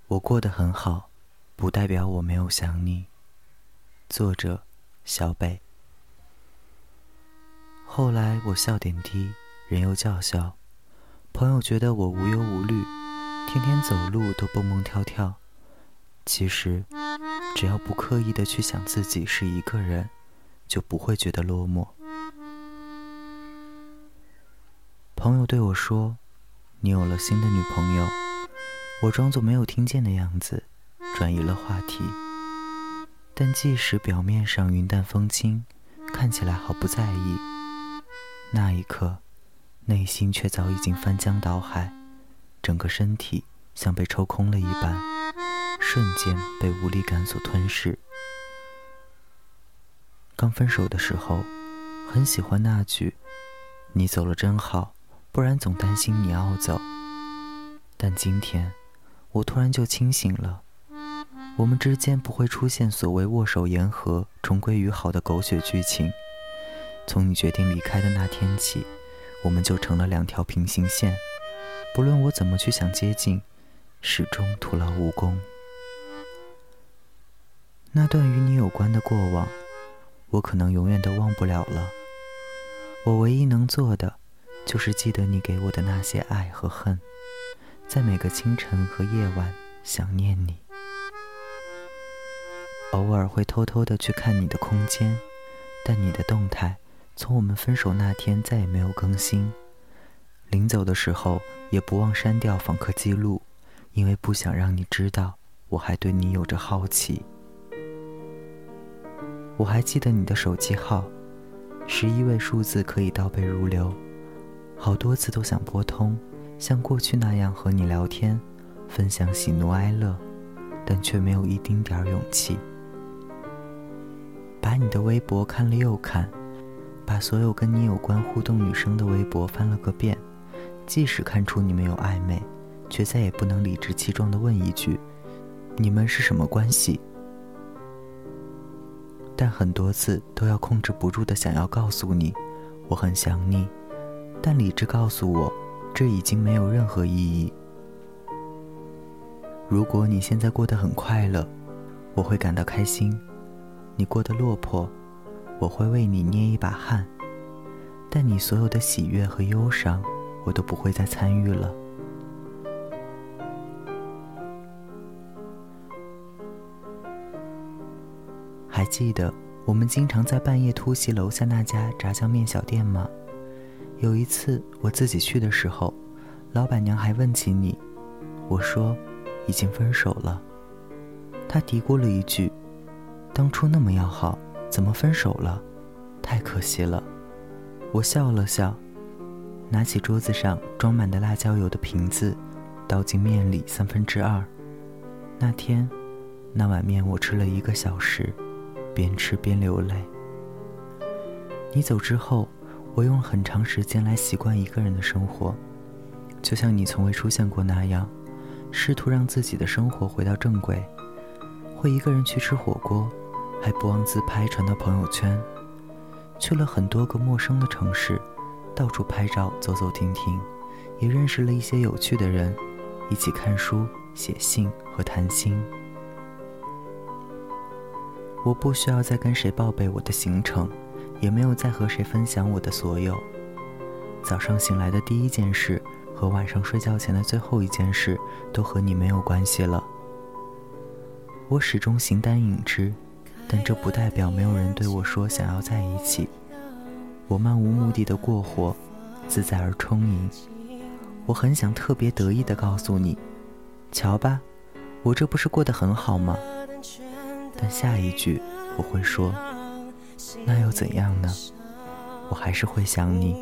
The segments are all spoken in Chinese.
我过得很好，不代表我没有想你。作者小北。后来我笑点低，人又叫嚣，朋友觉得我无忧无虑，天天走路都蹦蹦跳跳。其实只要不刻意地去想自己是一个人，就不会觉得落寞。朋友对我说，你有了新的女朋友。我装作没有听见的样子，转移了话题。但即使表面上云淡风轻，看起来毫不在意，那一刻内心却早已经翻江倒海，整个身体像被抽空了一般，瞬间被无力感所吞噬。刚分手的时候很喜欢那句你走了真好，不然总担心你要走。但今天我突然就清醒了，我们之间不会出现所谓握手言和重归于好的狗血剧情。从你决定离开的那天起，我们就成了两条平行线，不论我怎么去想接近，始终徒劳无功。那段与你有关的过往，我可能永远都忘不了了。我唯一能做的就是记得你给我的那些爱和恨，在每个清晨和夜晚想念你。偶尔会偷偷地去看你的空间，但你的动态从我们分手那天再也没有更新。临走的时候也不忘删掉访客记录，因为不想让你知道我还对你有着好奇。我还记得你的手机号，11位数字可以倒背如流，好多次都想拨通，像过去那样和你聊天，分享喜怒哀乐，但却没有一丁点勇气。把你的微博看了又看，把所有跟你有关互动女生的微博翻了个遍，即使看出你们有暧昧，却再也不能理直气壮地问一句，你们是什么关系？但很多次都要控制不住地想要告诉你，我很想你，但理智告诉我，这已经没有任何意义。如果你现在过得很快乐，我会感到开心；你过得落魄，我会为你捏一把汗。但你所有的喜悦和忧伤，我都不会再参与了。还记得我们经常在半夜突袭楼下那家炸酱面小店吗？有一次我自己去的时候，老板娘还问起你，我说已经分手了。她嘀咕了一句，当初那么要好，怎么分手了？太可惜了。我笑了笑，拿起桌子上装满的辣椒油的瓶子，倒进面里2/3。那天那碗面我吃了1个小时，边吃边流泪。你走之后，我用了很长时间来习惯一个人的生活，就像你从未出现过那样，试图让自己的生活回到正轨。会一个人去吃火锅，还不忘自拍传到朋友圈。去了很多个陌生的城市，到处拍照走走停停，也认识了一些有趣的人，一起看书、写信和谈心。我不需要再跟谁报备我的行程，也没有再和谁分享我的所有。早上醒来的第一件事和晚上睡觉前的最后一件事都和你没有关系了。我始终形单影只，但这不代表没有人对我说想要在一起。我漫无目的的过活，自在而充盈。我很想特别得意地告诉你，瞧吧，我这不是过得很好吗？但下一句我会说，那又怎样呢？我还是会想你。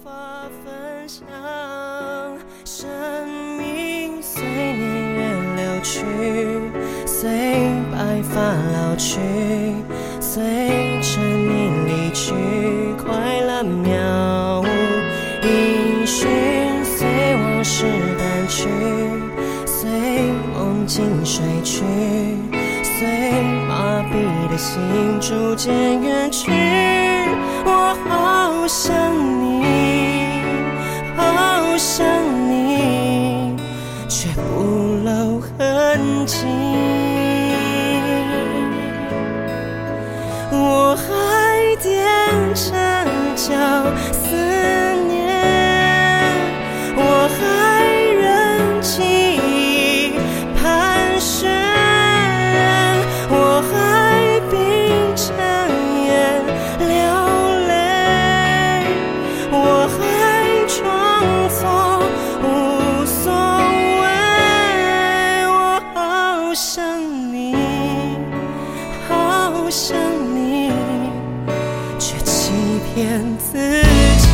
生命随年月流去，随白发老去，随着你离去，快乐渺无音讯，随往事淡去，随梦境睡去，随麻痹的心逐渐远去。我好想你，好想你，却不露痕记。我还踮着脚思念，我还忍记忆盘旋，我还闭着眼流泪，我还装作无所谓。我好想你，好想你，却欺骗自己。